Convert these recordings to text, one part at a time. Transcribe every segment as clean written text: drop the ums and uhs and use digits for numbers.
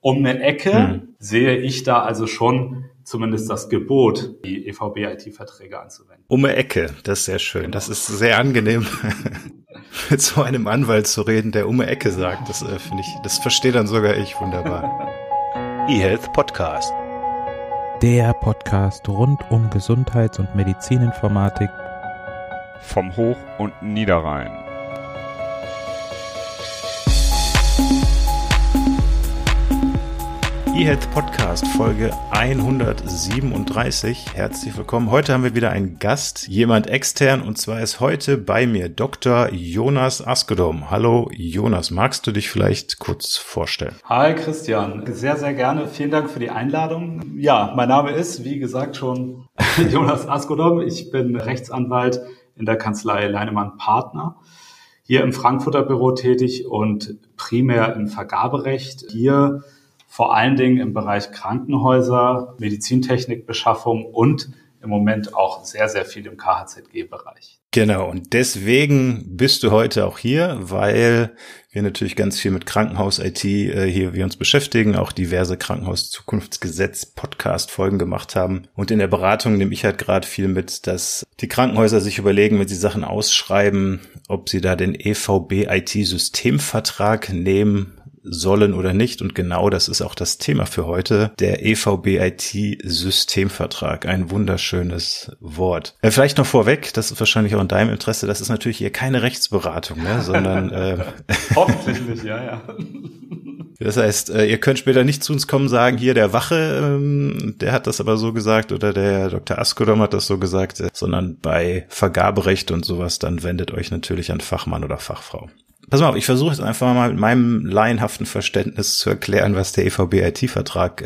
Um eine Ecke sehe ich da also schon zumindest das Gebot, die EVB-IT-Verträge anzuwenden. Um eine Ecke, das ist sehr schön. Genau. Das ist sehr angenehm, mit so einem Anwalt zu reden, der um eine Ecke sagt. Das finde ich, das verstehe dann sogar ich wunderbar. eHealth Podcast. Der Podcast rund um Gesundheits- und Medizininformatik vom Hoch- und Niederrhein. eHealth Podcast, Folge 137. Herzlich willkommen. Heute haben wir wieder einen Gast, jemand extern, und zwar ist heute bei mir Dr. Jonas Askedom. Hallo Jonas, magst du dich vielleicht kurz vorstellen? Hi Christian, sehr, sehr gerne. Vielen Dank für die Einladung. Ja, mein Name ist, wie gesagt, schon Jonas Askedom. Ich bin Rechtsanwalt in der Kanzlei Leinemann Partner, hier im Frankfurter Büro tätig und primär im Vergaberecht. Hier vor allen Dingen im Bereich Krankenhäuser, Medizintechnikbeschaffung und im Moment auch sehr, sehr viel im KHZG-Bereich. Genau, und deswegen bist du heute auch hier, weil wir natürlich ganz viel mit Krankenhaus-IT hier wir uns beschäftigen, auch diverse Krankenhaus-Zukunftsgesetz-Podcast-Folgen gemacht haben. Und in der Beratung nehme ich halt gerade viel mit, dass die Krankenhäuser sich überlegen, wenn sie Sachen ausschreiben, ob sie da den EVB-IT-Systemvertrag nehmen sollen oder nicht. Und genau das ist auch das Thema für heute, der EVB-IT-Systemvertrag. Ein wunderschönes Wort. Vielleicht noch vorweg, das ist wahrscheinlich auch in deinem Interesse, das ist natürlich hier keine Rechtsberatung, ne, sondern hoffentlich nicht, ja. Das heißt, ihr könnt später nicht zu uns kommen und sagen, hier der Wache, der hat das aber so gesagt oder der Dr. Askedom hat das so gesagt, sondern bei Vergaberecht und sowas, dann wendet euch natürlich an Fachmann oder Fachfrau. Pass mal auf, ich versuche jetzt einfach mal mit meinem laienhaften Verständnis zu erklären, was der EVB-IT-Vertrag,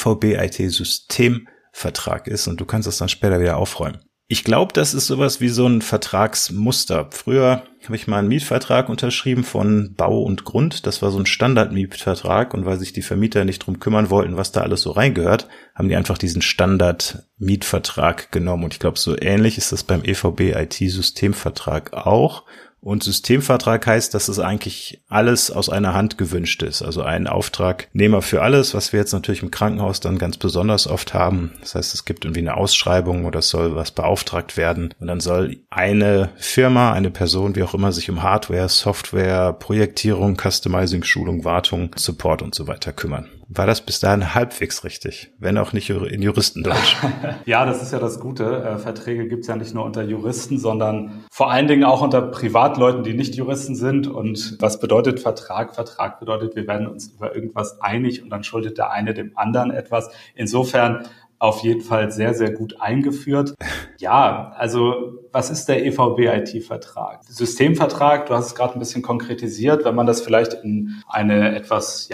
EVB-IT-Systemvertrag ist, und du kannst es dann später wieder aufräumen. Ich glaube, das ist sowas wie so ein Vertragsmuster. Früher habe ich mal einen Mietvertrag unterschrieben von Bau und Grund. Das war so ein Standard-Mietvertrag, und weil sich die Vermieter nicht drum kümmern wollten, was da alles so reingehört, haben die einfach diesen Standard-Mietvertrag genommen. Und ich glaube, so ähnlich ist das beim EVB-IT-Systemvertrag auch. Und Systemvertrag heißt, dass es eigentlich alles aus einer Hand gewünscht ist. Also ein Auftragnehmer für alles, was wir jetzt natürlich im Krankenhaus dann ganz besonders oft haben. Das heißt, es gibt irgendwie eine Ausschreibung oder es soll was beauftragt werden. Und dann soll eine Firma, eine Person, wie auch immer, sich um Hardware, Software, Projektierung, Customizing, Schulung, Wartung, Support und so weiter kümmern. War das bis dahin halbwegs richtig, wenn auch nicht in Juristendeutsch? Ja, das ist ja das Gute. Verträge gibt's ja nicht nur unter Juristen, sondern vor allen Dingen auch unter Privatleuten, die nicht Juristen sind. Und was bedeutet Vertrag? Vertrag bedeutet, wir werden uns über irgendwas einig und dann schuldet der eine dem anderen etwas. Insofern auf jeden Fall sehr, sehr gut eingeführt. Ja, also was ist der EVB-IT-Vertrag? Systemvertrag, du hast es gerade ein bisschen konkretisiert, wenn man das vielleicht in einen etwas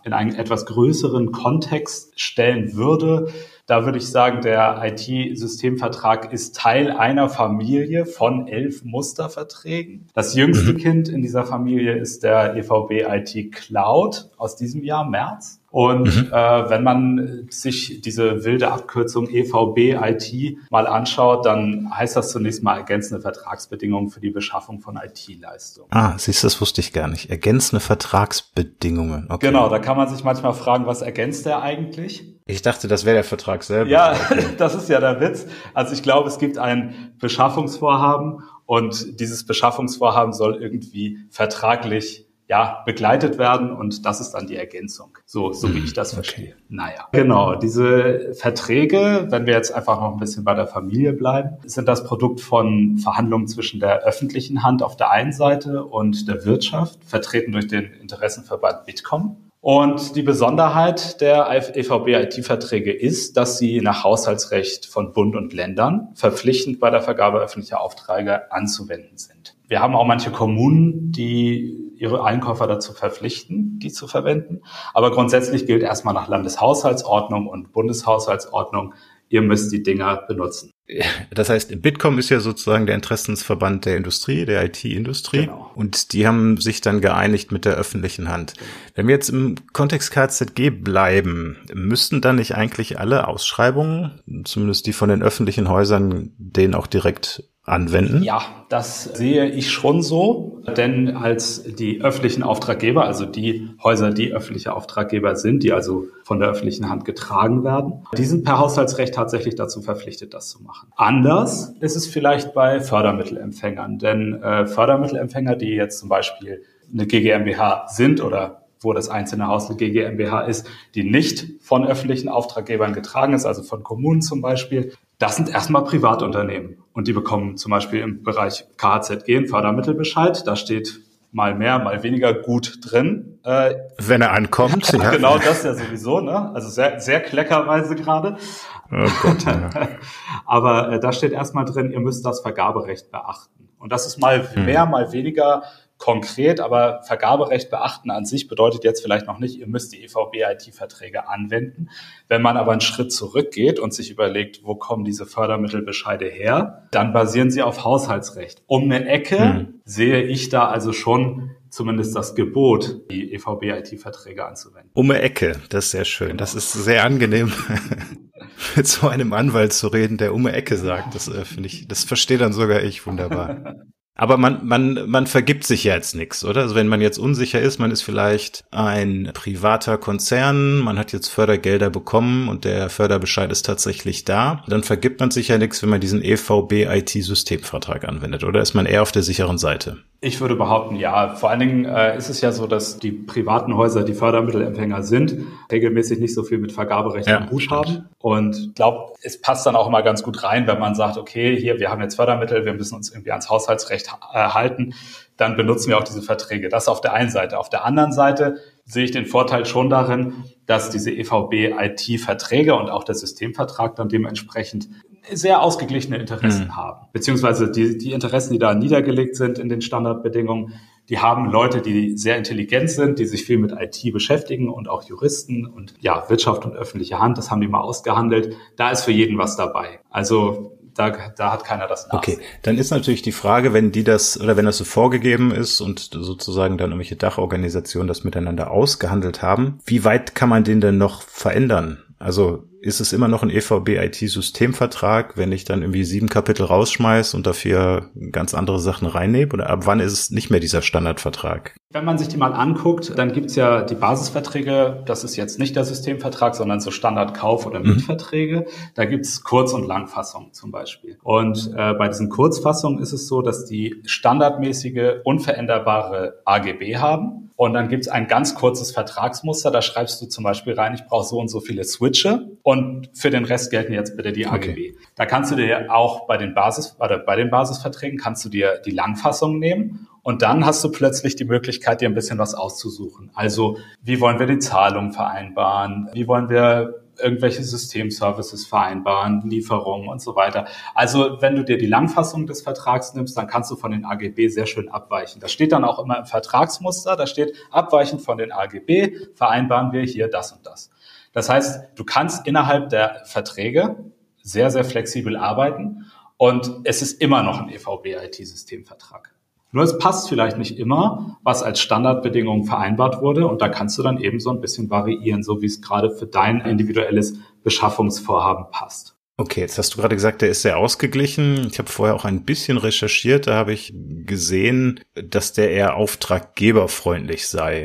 größeren Kontext stellen würde. Da würde ich sagen, der IT-Systemvertrag ist Teil einer Familie von 11 Musterverträgen. Das jüngste Kind in dieser Familie ist der EVB IT Cloud aus diesem Jahr, März. Und wenn man sich diese wilde Abkürzung EVB IT mal anschaut, dann heißt das zunächst mal ergänzende Vertragsbedingungen für die Beschaffung von IT-Leistungen. Ah, siehst du, das wusste ich gar nicht. Ergänzende Vertragsbedingungen. Okay. Genau, da kann man sich manchmal fragen, was ergänzt der eigentlich? Ich dachte, das wäre der Vertrag selber. Ja, das ist ja der Witz. Also ich glaube, es gibt ein Beschaffungsvorhaben und dieses Beschaffungsvorhaben soll irgendwie vertraglich begleitet werden, und das ist dann die Ergänzung. So wie ich das verstehe. Naja, genau. Diese Verträge, wenn wir jetzt einfach noch ein bisschen bei der Familie bleiben, sind das Produkt von Verhandlungen zwischen der öffentlichen Hand auf der einen Seite und der Wirtschaft, vertreten durch den Interessenverband Bitkom. Und die Besonderheit der EVB-IT-Verträge ist, dass sie nach Haushaltsrecht von Bund und Ländern verpflichtend bei der Vergabe öffentlicher Aufträge anzuwenden sind. Wir haben auch manche Kommunen, die ihre Einkäufer dazu verpflichten, die zu verwenden. Aber grundsätzlich gilt erstmal nach Landeshaushaltsordnung und Bundeshaushaltsordnung, ihr müsst die Dinger benutzen. Das heißt, Bitkom ist ja sozusagen der Interessensverband der Industrie, der IT-Industrie. Genau. Und die haben sich dann geeinigt mit der öffentlichen Hand. Genau. Wenn wir jetzt im Kontext KZG bleiben, müssten dann nicht eigentlich alle Ausschreibungen, zumindest die von den öffentlichen Häusern, denen auch direkt anwenden? Ja, das sehe ich schon so, denn als die öffentlichen Auftraggeber, also die Häuser, die öffentliche Auftraggeber sind, die also von der öffentlichen Hand getragen werden, die sind per Haushaltsrecht tatsächlich dazu verpflichtet, das zu machen. Anders ist es vielleicht bei Fördermittelempfängern, denn Fördermittelempfänger, die jetzt zum Beispiel eine GmbH sind oder wo das einzelne Haus eine GmbH ist, die nicht von öffentlichen Auftraggebern getragen ist, also von Kommunen zum Beispiel, das sind erstmal Privatunternehmen. Und die bekommen zum Beispiel im Bereich KHZG einen Fördermittelbescheid. Da steht mal mehr, mal weniger gut drin. Wenn er ankommt. Ja. Genau, das ja sowieso, ne? Also sehr, sehr kleckerweise gerade. Oh Gott, ja. Aber da steht erstmal drin, ihr müsst das Vergaberecht beachten. Und das ist mal mehr, mal weniger konkret, aber Vergaberecht beachten an sich bedeutet jetzt vielleicht noch nicht, ihr müsst die EVB-IT-Verträge anwenden. Wenn man aber einen Schritt zurückgeht und sich überlegt, wo kommen diese Fördermittelbescheide her, dann basieren sie auf Haushaltsrecht. Um eine Ecke sehe ich da also schon zumindest das Gebot, die EVB-IT-Verträge anzuwenden. Um eine Ecke, das ist sehr schön. Genau. Das ist sehr angenehm, mit so einem Anwalt zu reden, der um eine Ecke sagt. Das finde ich, das verstehe dann sogar ich wunderbar. Aber man vergibt sich ja jetzt nichts, oder? Also wenn man jetzt unsicher ist, man ist vielleicht ein privater Konzern, man hat jetzt Fördergelder bekommen und der Förderbescheid ist tatsächlich da, dann vergibt man sich ja nichts, wenn man diesen EVB-IT-Systemvertrag anwendet, oder ist man eher auf der sicheren Seite? Ich würde behaupten, ja. Vor allen Dingen ist es ja so, dass die privaten Häuser, die Fördermittelempfänger sind, regelmäßig nicht so viel mit Vergaberecht am Hut haben. Und ich glaube, es passt dann auch immer ganz gut rein, wenn man sagt, okay, hier, wir haben jetzt Fördermittel, wir müssen uns irgendwie ans Haushaltsrecht halten, dann benutzen wir auch diese Verträge. Das auf der einen Seite. Auf der anderen Seite sehe ich den Vorteil schon darin, dass diese EVB-IT-Verträge und auch der Systemvertrag dann dementsprechend sehr ausgeglichene Interessen haben. Beziehungsweise die Interessen, die da niedergelegt sind in den Standardbedingungen, die haben Leute, die sehr intelligent sind, die sich viel mit IT beschäftigen und auch Juristen und ja, Wirtschaft und öffentliche Hand, das haben die mal ausgehandelt. Da ist für jeden was dabei. Also da hat keiner das Nachsehen. Okay, dann ist natürlich die Frage, wenn das so vorgegeben ist und sozusagen dann irgendwelche Dachorganisationen das miteinander ausgehandelt haben, wie weit kann man den denn noch verändern? Also ist es immer noch ein EVB-IT-Systemvertrag, wenn ich dann irgendwie 7 Kapitel rausschmeiß und dafür ganz andere Sachen reinnehme? Oder ab wann ist es nicht mehr dieser Standardvertrag? Wenn man sich die mal anguckt, dann gibt's ja die Basisverträge. Das ist jetzt nicht der Systemvertrag, sondern so Standardkauf- oder Mietverträge. Da gibt's Kurz- und Langfassungen zum Beispiel. Und bei diesen Kurzfassungen ist es so, dass die standardmäßige, unveränderbare AGB haben. Und dann gibt's ein ganz kurzes Vertragsmuster. Da schreibst du zum Beispiel rein, ich brauche so und so viele Switche und für den Rest gelten jetzt bitte die AGB. Okay. Da kannst du dir auch bei den Basisverträgen kannst du dir die Langfassung nehmen und dann hast du plötzlich die Möglichkeit, dir ein bisschen was auszusuchen. Also wie wollen wir die Zahlung vereinbaren? Wie wollen wir irgendwelche Systemservices vereinbaren, Lieferungen und so weiter. Also wenn du dir die Langfassung des Vertrags nimmst, dann kannst du von den AGB sehr schön abweichen. Das steht dann auch immer im Vertragsmuster, da steht, abweichend von den AGB vereinbaren wir hier das und das. Das heißt, du kannst innerhalb der Verträge sehr, sehr flexibel arbeiten und es ist immer noch ein EVB-IT-Systemvertrag. Nur es passt vielleicht nicht immer, was als Standardbedingung vereinbart wurde und da kannst du dann eben so ein bisschen variieren, so wie es gerade für dein individuelles Beschaffungsvorhaben passt. Okay, jetzt hast du gerade gesagt, der ist sehr ausgeglichen. Ich habe vorher auch ein bisschen recherchiert, da habe ich gesehen, dass der eher auftraggeberfreundlich sei.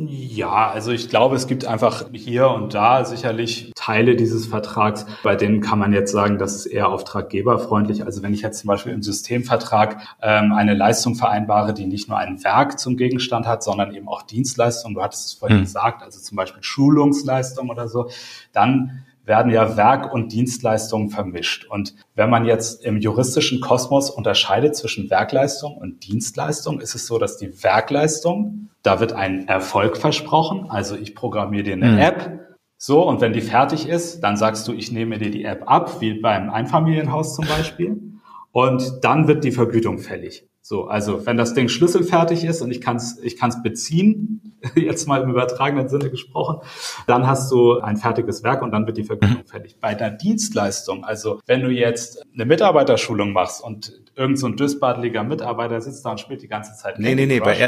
Ja, also ich glaube, es gibt einfach hier und da sicherlich Teile dieses Vertrags, bei denen kann man jetzt sagen, das ist eher auftraggeberfreundlich. Also wenn ich jetzt zum Beispiel im Systemvertrag eine Leistung vereinbare, die nicht nur ein Werk zum Gegenstand hat, sondern eben auch Dienstleistungen, du hattest es vorhin gesagt, also zum Beispiel Schulungsleistung oder so, dann werden ja Werk und Dienstleistungen vermischt. Und wenn man jetzt im juristischen Kosmos unterscheidet zwischen Werkleistung und Dienstleistung, ist es so, dass die Werkleistung, da wird ein Erfolg versprochen, also ich programmiere dir eine App, so, und wenn die fertig ist, dann sagst du, ich nehme dir die App ab, wie beim Einfamilienhaus zum Beispiel, und dann wird die Vergütung fällig. So, also wenn das Ding schlüsselfertig ist und ich kann's beziehen, jetzt mal im übertragenen Sinne gesprochen, dann hast du ein fertiges Werk und dann wird die Vergütung fällig. Bei der Dienstleistung, also wenn du jetzt eine Mitarbeiterschulung machst und irgend so ein dösbadeliger Mitarbeiter sitzt da und spielt die ganze Zeit. Die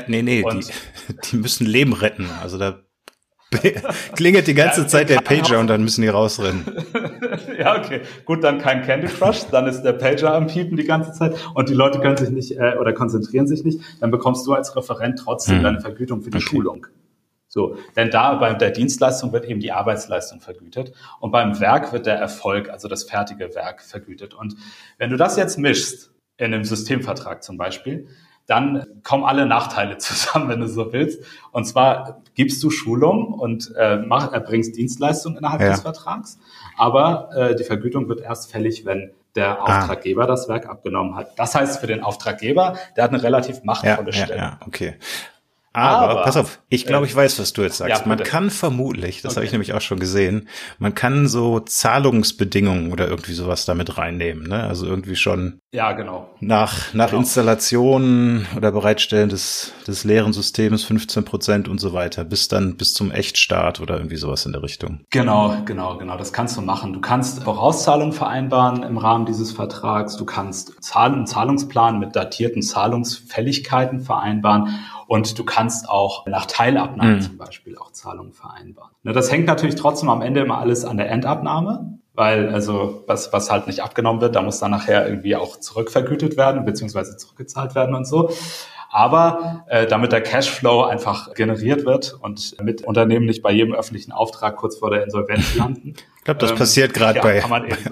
müssen Leben retten. Also da klingelt die ganze Zeit der Pager und dann müssen die rausrennen. Ja, okay. Gut, dann kein Candy Crush, dann ist der Pager am Piepen die ganze Zeit und die Leute können sich nicht oder konzentrieren sich nicht. Dann bekommst du als Referent trotzdem deine Vergütung für die Schulung. So, denn da bei der Dienstleistung wird eben die Arbeitsleistung vergütet und beim Werk wird der Erfolg, also das fertige Werk, vergütet. Und wenn du das jetzt mischst, in einem Systemvertrag zum Beispiel, dann kommen alle Nachteile zusammen, wenn du so willst. Und zwar gibst du Schulung und erbringst Dienstleistungen innerhalb des Vertrags, aber die Vergütung wird erst fällig, wenn der Auftraggeber das Werk abgenommen hat. Das heißt für den Auftraggeber, der hat eine relativ machtvolle Stelle. Ja, okay. Aber pass auf, ich glaube, ich weiß, was du jetzt sagst. Ja, man kann vermutlich, das habe ich nämlich auch schon gesehen, man kann so Zahlungsbedingungen oder irgendwie sowas damit reinnehmen, ne? Also irgendwie schon nach Installation oder Bereitstellen des leeren Systems 15% und so weiter, bis zum Echtstart oder irgendwie sowas in der Richtung. Genau. Das kannst du machen. Du kannst Vorauszahlungen vereinbaren im Rahmen dieses Vertrags. Du kannst einen Zahlungsplan mit datierten Zahlungsfälligkeiten vereinbaren. Und du kannst auch nach Teilabnahme zum Beispiel auch Zahlungen vereinbaren. Das hängt natürlich trotzdem am Ende immer alles an der Endabnahme, weil also was halt nicht abgenommen wird, da muss dann nachher irgendwie auch zurückvergütet werden, beziehungsweise zurückgezahlt werden und so. Aber damit der Cashflow einfach generiert wird und damit Unternehmen nicht bei jedem öffentlichen Auftrag kurz vor der Insolvenz landen. Ich glaube, das passiert gerade bei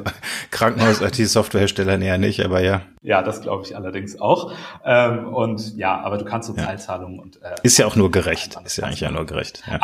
Krankenhaus-IT-Softwareherstellern eher nicht, aber ja. Ja, das glaube ich allerdings auch. Aber du kannst so Teilzahlungen und ist ja auch nur gerecht. Ist ja eigentlich ja nur gerecht. Ja.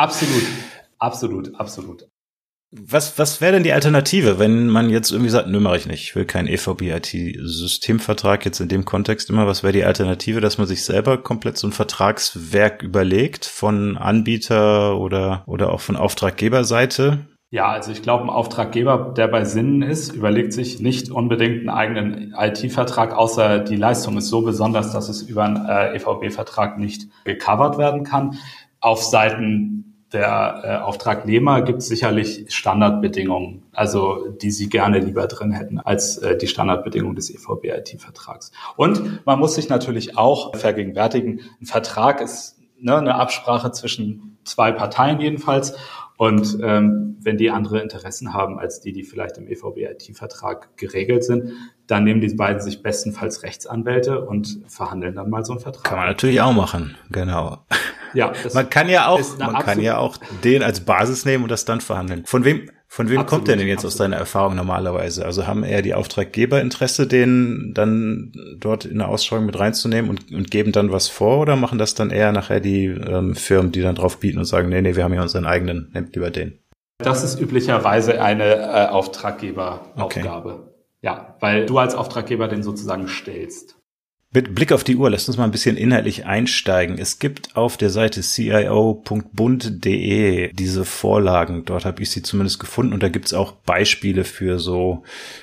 Absolut. Was wäre denn die Alternative, wenn man jetzt irgendwie sagt, nö, mache ich nicht, ich will keinen EVB-IT-Systemvertrag jetzt in dem Kontext immer, was wäre die Alternative, dass man sich selber komplett so ein Vertragswerk überlegt von Anbieter oder auch von Auftraggeberseite? Ja, also ich glaube, ein Auftraggeber, der bei Sinnen ist, überlegt sich nicht unbedingt einen eigenen IT-Vertrag, außer die Leistung ist so besonders, dass es über einen EVB-Vertrag nicht gecovert werden kann. Auf Seiten der Auftragnehmer gibt es sicherlich Standardbedingungen, also die sie gerne lieber drin hätten als die Standardbedingungen des EVB-IT-Vertrags. Und man muss sich natürlich auch vergegenwärtigen, ein Vertrag ist eine Absprache zwischen zwei Parteien jedenfalls. Und wenn die andere Interessen haben als die vielleicht im EVB-IT-Vertrag geregelt sind, dann nehmen die beiden sich bestenfalls Rechtsanwälte und verhandeln dann mal so einen Vertrag. Kann man natürlich auch machen, genau. Ja, man kann ja auch den als Basis nehmen und das dann verhandeln. Von wem kommt der denn jetzt aus deiner Erfahrung normalerweise? Also haben eher die Auftraggeber Interesse, den dann dort in der Ausschreibung mit reinzunehmen und geben dann was vor, oder machen das dann eher nachher die Firmen, die dann drauf bieten und sagen, nee, wir haben ja unseren eigenen, nehmt lieber den? Das ist üblicherweise eine Auftraggeberaufgabe. Okay. Ja, weil du als Auftraggeber den sozusagen stellst. Mit Blick auf die Uhr, lasst uns mal ein bisschen inhaltlich einsteigen. Es gibt auf der Seite cio.bund.de diese Vorlagen. Dort habe ich sie zumindest gefunden und da gibt es auch Beispiele für so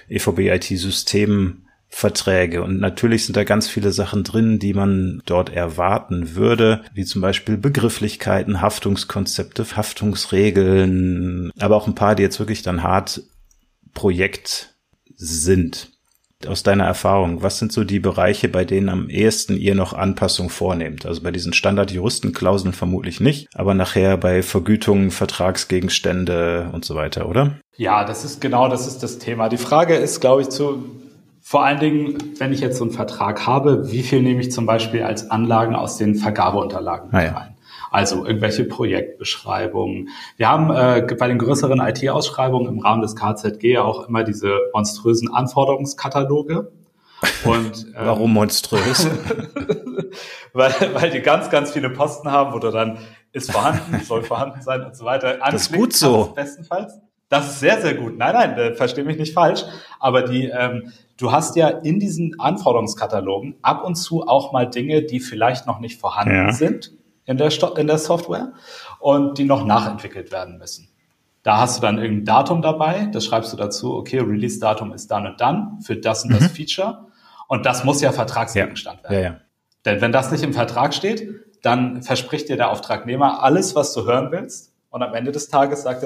EVB-IT-Systemverträge. Und natürlich sind da ganz viele Sachen drin, die man dort erwarten würde, wie zum Beispiel Begrifflichkeiten, Haftungskonzepte, Haftungsregeln, aber auch ein paar, die jetzt wirklich dann hart Projekt sind. Aus deiner Erfahrung, was sind so die Bereiche, bei denen am ehesten ihr noch Anpassung vornehmt? Also bei diesen Standard-Juristenklauseln vermutlich nicht, aber nachher bei Vergütungen, Vertragsgegenstände und so weiter, oder? Ja, das ist das Thema. Die Frage ist, glaube ich, vor allen Dingen, wenn ich jetzt so einen Vertrag habe, wie viel nehme ich zum Beispiel als Anlagen aus den Vergabeunterlagen rein? Also irgendwelche Projektbeschreibungen. Wir haben bei den größeren IT-Ausschreibungen im Rahmen des KZG auch immer diese monströsen Anforderungskataloge. Und warum monströs? weil die ganz, ganz viele Posten haben, wo du dann ist vorhanden, soll vorhanden sein und so weiter. Das ist gut so. Bestenfalls. Das ist sehr, sehr gut. Nein, versteh mich nicht falsch. Aber du hast ja in diesen Anforderungskatalogen ab und zu auch mal Dinge, die vielleicht noch nicht vorhanden sind in der Software und die noch nachentwickelt werden müssen. Da hast du dann irgendein Datum dabei, das schreibst du dazu, okay, Release-Datum ist dann und dann für das und das Feature und das muss ja Vertragsgegenstand werden. Ja. Denn wenn das nicht im Vertrag steht, dann verspricht dir der Auftragnehmer alles, was du hören willst und am Ende des Tages sagt er,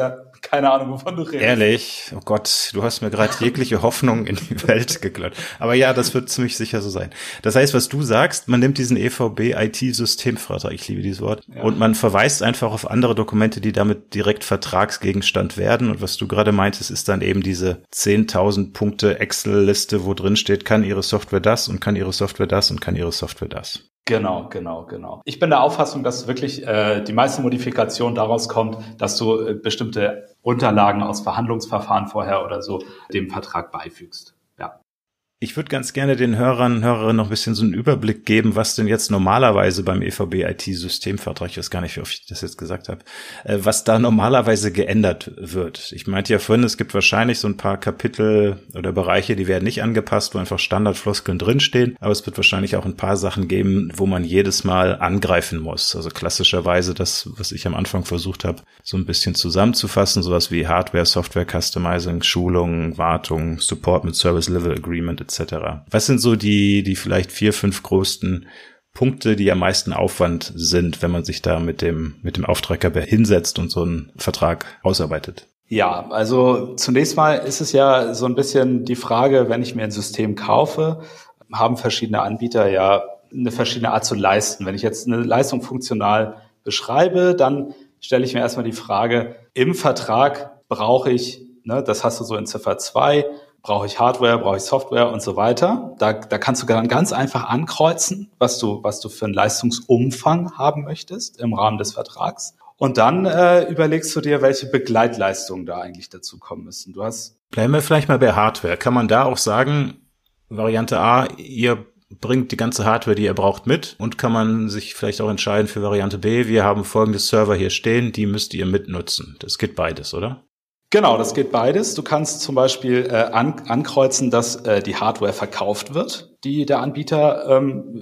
keine Ahnung, wovon du redest. Ehrlich? Oh Gott, du hast mir gerade jegliche Hoffnung in die Welt geklaut. Aber ja, das wird ziemlich sicher so sein. Das heißt, was du sagst, man nimmt diesen EVB-IT-Systemvertrag, ich liebe dieses Wort, und man verweist einfach auf andere Dokumente, die damit direkt Vertragsgegenstand werden. Und was du gerade meintest, ist dann eben diese 10.000 Punkte Excel-Liste, wo drin steht, kann Ihre Software das und kann Ihre Software das und kann Ihre Software das. Genau. Ich bin der Auffassung, dass wirklich die meiste Modifikation daraus kommt, dass du bestimmte Unterlagen aus Verhandlungsverfahren vorher oder so dem Vertrag beifügst. Ja. Ich würde ganz gerne den Hörern und Hörerinnen noch ein bisschen so einen Überblick geben, was denn jetzt normalerweise beim EVB-IT-Systemvertrag, ich weiß gar nicht, wie oft ich das jetzt gesagt habe, was da normalerweise geändert wird. Ich meinte ja vorhin, es gibt wahrscheinlich so ein paar Kapitel oder Bereiche, die werden nicht angepasst, wo einfach Standardfloskeln drinstehen, aber es wird wahrscheinlich auch ein paar Sachen geben, wo man jedes Mal angreifen muss. Also klassischerweise das, was ich am Anfang versucht habe, so ein bisschen zusammenzufassen, sowas wie Hardware, Software, Customizing, Schulung, Wartung, Support mit Service Level Agreement etc. Was sind so die vielleicht 4, 5 größten Punkte, die am meisten Aufwand sind, wenn man sich da mit dem Auftraggeber hinsetzt und so einen Vertrag ausarbeitet? Ja, also zunächst mal ist es ja so ein bisschen die Frage, wenn ich mir ein System kaufe, haben verschiedene Anbieter ja eine verschiedene Art zu leisten. Wenn ich jetzt eine Leistung funktional beschreibe, dann stelle ich mir erstmal die Frage, im Vertrag brauche ich, das hast du so in Ziffer 2, brauche ich Hardware, brauche ich Software und so weiter. Da kannst du dann ganz einfach ankreuzen, was du für einen Leistungsumfang haben möchtest im Rahmen des Vertrags. Und dann überlegst du dir, welche Begleitleistungen da eigentlich dazu kommen müssen. Bleiben wir vielleicht mal bei Hardware. Kann man da auch sagen, Variante A, ihr bringt die ganze Hardware, die ihr braucht, mit, und kann man sich vielleicht auch entscheiden für Variante B, wir haben folgende Server hier stehen, die müsst ihr mitnutzen. Das geht beides, oder? Genau, das geht beides. Du kannst zum Beispiel ankreuzen, dass die Hardware verkauft wird, die der Anbieter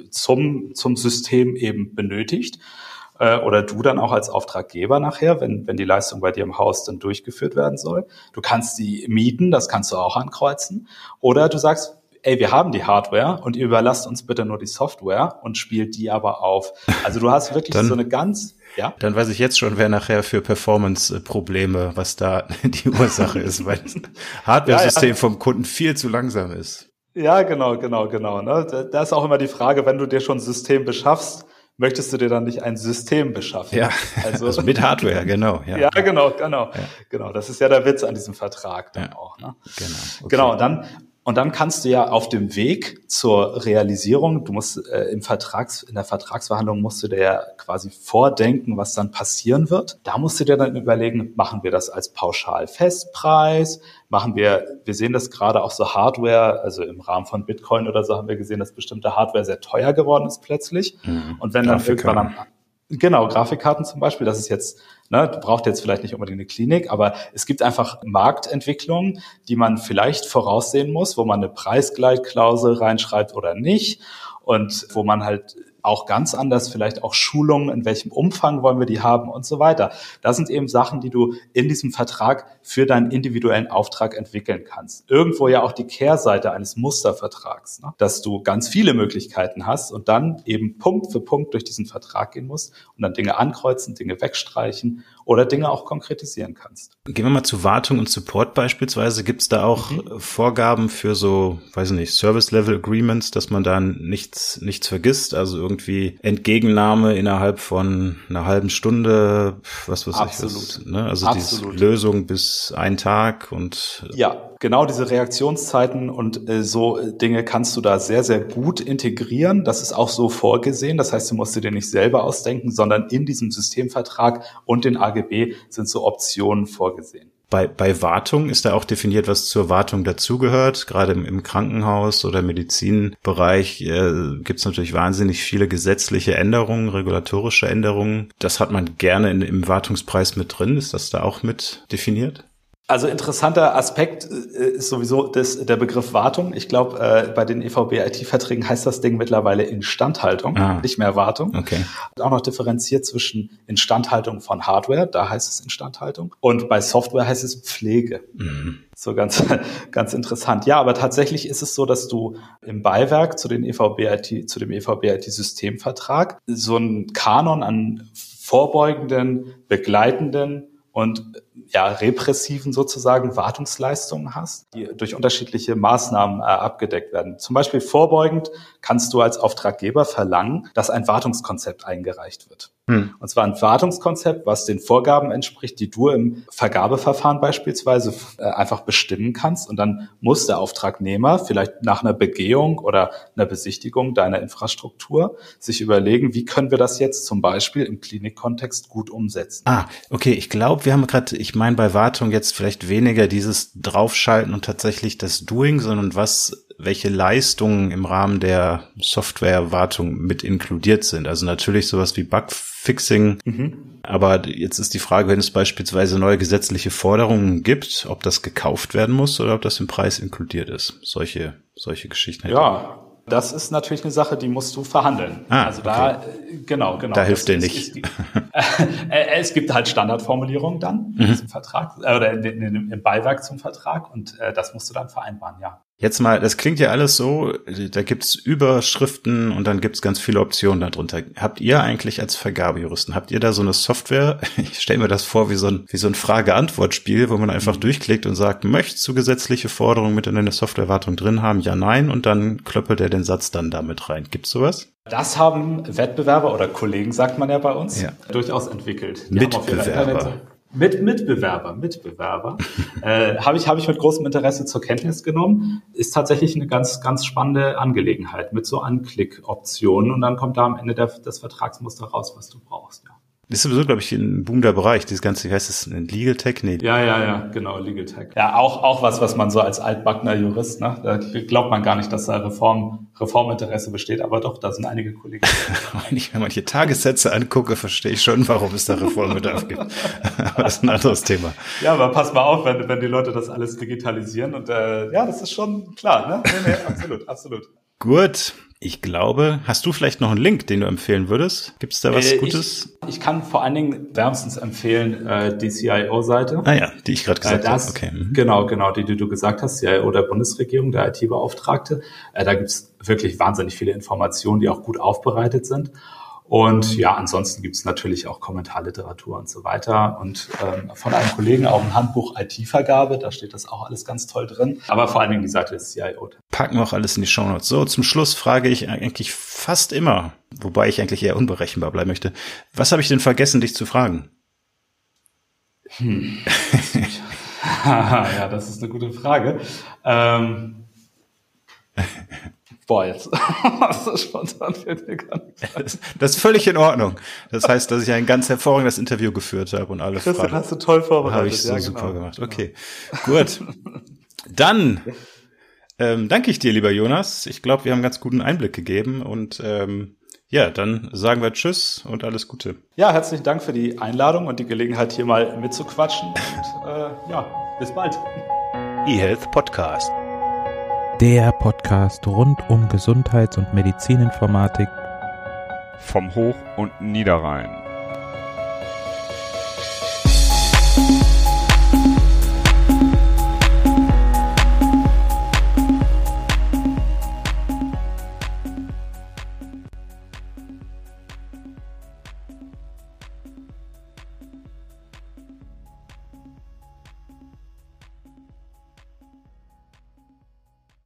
zum System eben benötigt. Oder du dann auch als Auftraggeber nachher, wenn die Leistung bei dir im Haus dann durchgeführt werden soll. Du kannst die mieten, das kannst du auch ankreuzen. Oder du sagst, ey, wir haben die Hardware und ihr überlasst uns bitte nur die Software und spielt die aber auf. Also du hast wirklich so eine ganz... Ja? Dann weiß ich jetzt schon, wer nachher für Performance-Probleme, was da die Ursache ist, weil das Hardware-System vom Kunden viel zu langsam ist. Ja, genau. Ne? Da ist auch immer die Frage, wenn du dir schon ein System beschaffst, möchtest du dir dann nicht ein System beschaffen? Ja, also mit Hardware, genau. Ja, genau. Genau, das ist ja der Witz an diesem Vertrag dann auch. Ne? Genau. Okay. Genau, und dann kannst du ja auf dem Weg zur Realisierung, du musst in der Vertragsverhandlung musst du dir ja quasi vordenken, was dann passieren wird. Da musst du dir dann überlegen, machen wir das als Pauschal-Festpreis? Wir sehen das gerade auch so Hardware, also im Rahmen von Bitcoin oder so haben wir gesehen, dass bestimmte Hardware sehr teuer geworden ist plötzlich. Und wenn dann irgendwann Grafikkarten zum Beispiel, das ist jetzt, du brauchst jetzt vielleicht nicht unbedingt eine Klinik, aber es gibt einfach Marktentwicklungen, die man vielleicht voraussehen muss, wo man eine Preisgleitklausel reinschreibt oder nicht und wo man halt auch ganz anders vielleicht auch Schulungen, in welchem Umfang wollen wir die haben und so weiter. Das sind eben Sachen, die du in diesem Vertrag für deinen individuellen Auftrag entwickeln kannst. Irgendwo ja auch die Kehrseite eines Mustervertrags, dass du ganz viele Möglichkeiten hast und dann eben Punkt für Punkt durch diesen Vertrag gehen musst und dann Dinge ankreuzen, Dinge wegstreichen oder Dinge auch konkretisieren kannst. Gehen wir mal zu Wartung und Support beispielsweise. Gibt es da auch Vorgaben für so, weiß ich nicht, Service-Level-Agreements, dass man da nichts vergisst? Also irgendwie Entgegennahme innerhalb von einer halben Stunde, was weiß ich was. Ne? Also diese Lösung bis einen Tag und... Ja, genau diese Reaktionszeiten und so Dinge kannst du da sehr, sehr gut integrieren. Das ist auch so vorgesehen. Das heißt, du musst dir nicht selber ausdenken, sondern in diesem Systemvertrag und den AGB sind so Optionen vorgesehen. Bei Wartung ist da auch definiert, was zur Wartung dazugehört. Gerade im Krankenhaus- oder Medizinbereich gibt es natürlich wahnsinnig viele gesetzliche Änderungen, regulatorische Änderungen. Das hat man gerne im Wartungspreis mit drin. Ist das da auch mit definiert? Also interessanter Aspekt ist sowieso der Begriff Wartung. Ich glaube, bei den EVB-IT-Verträgen heißt das Ding mittlerweile Instandhaltung, nicht mehr Wartung. Okay. Auch noch differenziert zwischen Instandhaltung von Hardware, da heißt es Instandhaltung, und bei Software heißt es Pflege. So ganz interessant. Ja, aber tatsächlich ist es so, dass du im Beiwerk zu dem EVB-IT-Systemvertrag so einen Kanon an vorbeugenden, begleitenden und ja, repressiven sozusagen Wartungsleistungen hast, die durch unterschiedliche Maßnahmen abgedeckt werden. Zum Beispiel vorbeugend kannst du als Auftraggeber verlangen, dass ein Wartungskonzept eingereicht wird. Und zwar ein Wartungskonzept, was den Vorgaben entspricht, die du im Vergabeverfahren beispielsweise einfach bestimmen kannst. Und dann muss der Auftragnehmer vielleicht nach einer Begehung oder einer Besichtigung deiner Infrastruktur sich überlegen, wie können wir das jetzt zum Beispiel im Klinikkontext gut umsetzen. Okay, ich glaube, wir haben gerade, ich meine bei Wartung jetzt vielleicht weniger dieses Draufschalten und tatsächlich das Doing, sondern welche Leistungen im Rahmen der Softwarewartung mit inkludiert sind. Also natürlich sowas wie Bugfixing. Aber jetzt ist die Frage, wenn es beispielsweise neue gesetzliche Forderungen gibt, ob das gekauft werden muss oder ob das im Preis inkludiert ist. Solche Geschichten. Ja, das ist natürlich eine Sache, die musst du verhandeln. Also okay. Genau. Da hilft dir nicht. Es gibt halt Standardformulierungen dann in diesem Vertrag oder im Beiwerk zum Vertrag und das musst du dann vereinbaren, ja. Jetzt mal, das klingt ja alles so, da gibt's Überschriften und dann gibt's ganz viele Optionen darunter. Habt ihr eigentlich als Vergabejuristen, habt ihr da so eine Software? Ich stelle mir das vor wie so ein Frage-Antwort-Spiel, wo man einfach durchklickt und sagt, möchtest du gesetzliche Forderungen mit in deiner Softwarewartung drin haben? Ja, nein. Und dann klöppelt er den Satz dann damit rein. Gibt's sowas? Das haben Wettbewerber oder Kollegen, sagt man ja bei uns, durchaus entwickelt. Mitbewerber. Mitbewerber. Habe ich mit großem Interesse zur Kenntnis genommen. Ist tatsächlich eine ganz, ganz spannende Angelegenheit mit so Anklick-Optionen und dann kommt da am Ende das Vertragsmuster raus, was du brauchst. Ja. Das ist sowieso, glaube ich, ein boomender Bereich, dieses ganze, wie heißt es, Legal Tech? Nee. Ja, genau, Legal Tech. Ja, auch was man so als altbackener Jurist, ne, da glaubt man gar nicht, dass da Reforminteresse besteht, aber doch, da sind einige Kollegen. Wenn ich mir manche Tagessätze angucke, verstehe ich schon, warum es da Reformbedarf gibt. Aber das ist ein anderes Thema. Ja, aber pass mal auf, wenn die Leute das alles digitalisieren und das ist schon klar, ne? Nee, absolut. Gut. Ich glaube, hast du vielleicht noch einen Link, den du empfehlen würdest? Gibt es da was Gutes? Ich kann vor allen Dingen wärmstens empfehlen die CIO-Seite. Die ich gerade gesagt habe. Okay. Genau, die du gesagt hast, CIO der Bundesregierung, der IT-Beauftragte. Da gibt's wirklich wahnsinnig viele Informationen, die auch gut aufbereitet sind. Und ja, ansonsten gibt's natürlich auch Kommentarliteratur und so weiter. Und von einem Kollegen auch ein Handbuch IT-Vergabe, da steht das auch alles ganz toll drin. Aber vor allen Dingen die Seite des CIO. Packen wir auch alles in die Shownotes. So, zum Schluss frage ich eigentlich fast immer, wobei ich eigentlich eher unberechenbar bleiben möchte. Was habe ich denn vergessen, dich zu fragen? Ja, das ist eine gute Frage. Jetzt. So spontan fällt mir gar nichts. Das ist völlig in Ordnung. Das heißt, dass ich ein ganz hervorragendes Interview geführt habe und alle Fragen. Hast du toll vorbereitet. Habe ich so super gemacht. Okay, gut. Dann danke ich dir, lieber Jonas. Ich glaube, wir haben einen ganz guten Einblick gegeben und dann sagen wir Tschüss und alles Gute. Ja, herzlichen Dank für die Einladung und die Gelegenheit, hier mal mitzuquatschen. Und bis bald. eHealth Podcast. Der Podcast rund um Gesundheits- und Medizininformatik vom Hoch- und Niederrhein.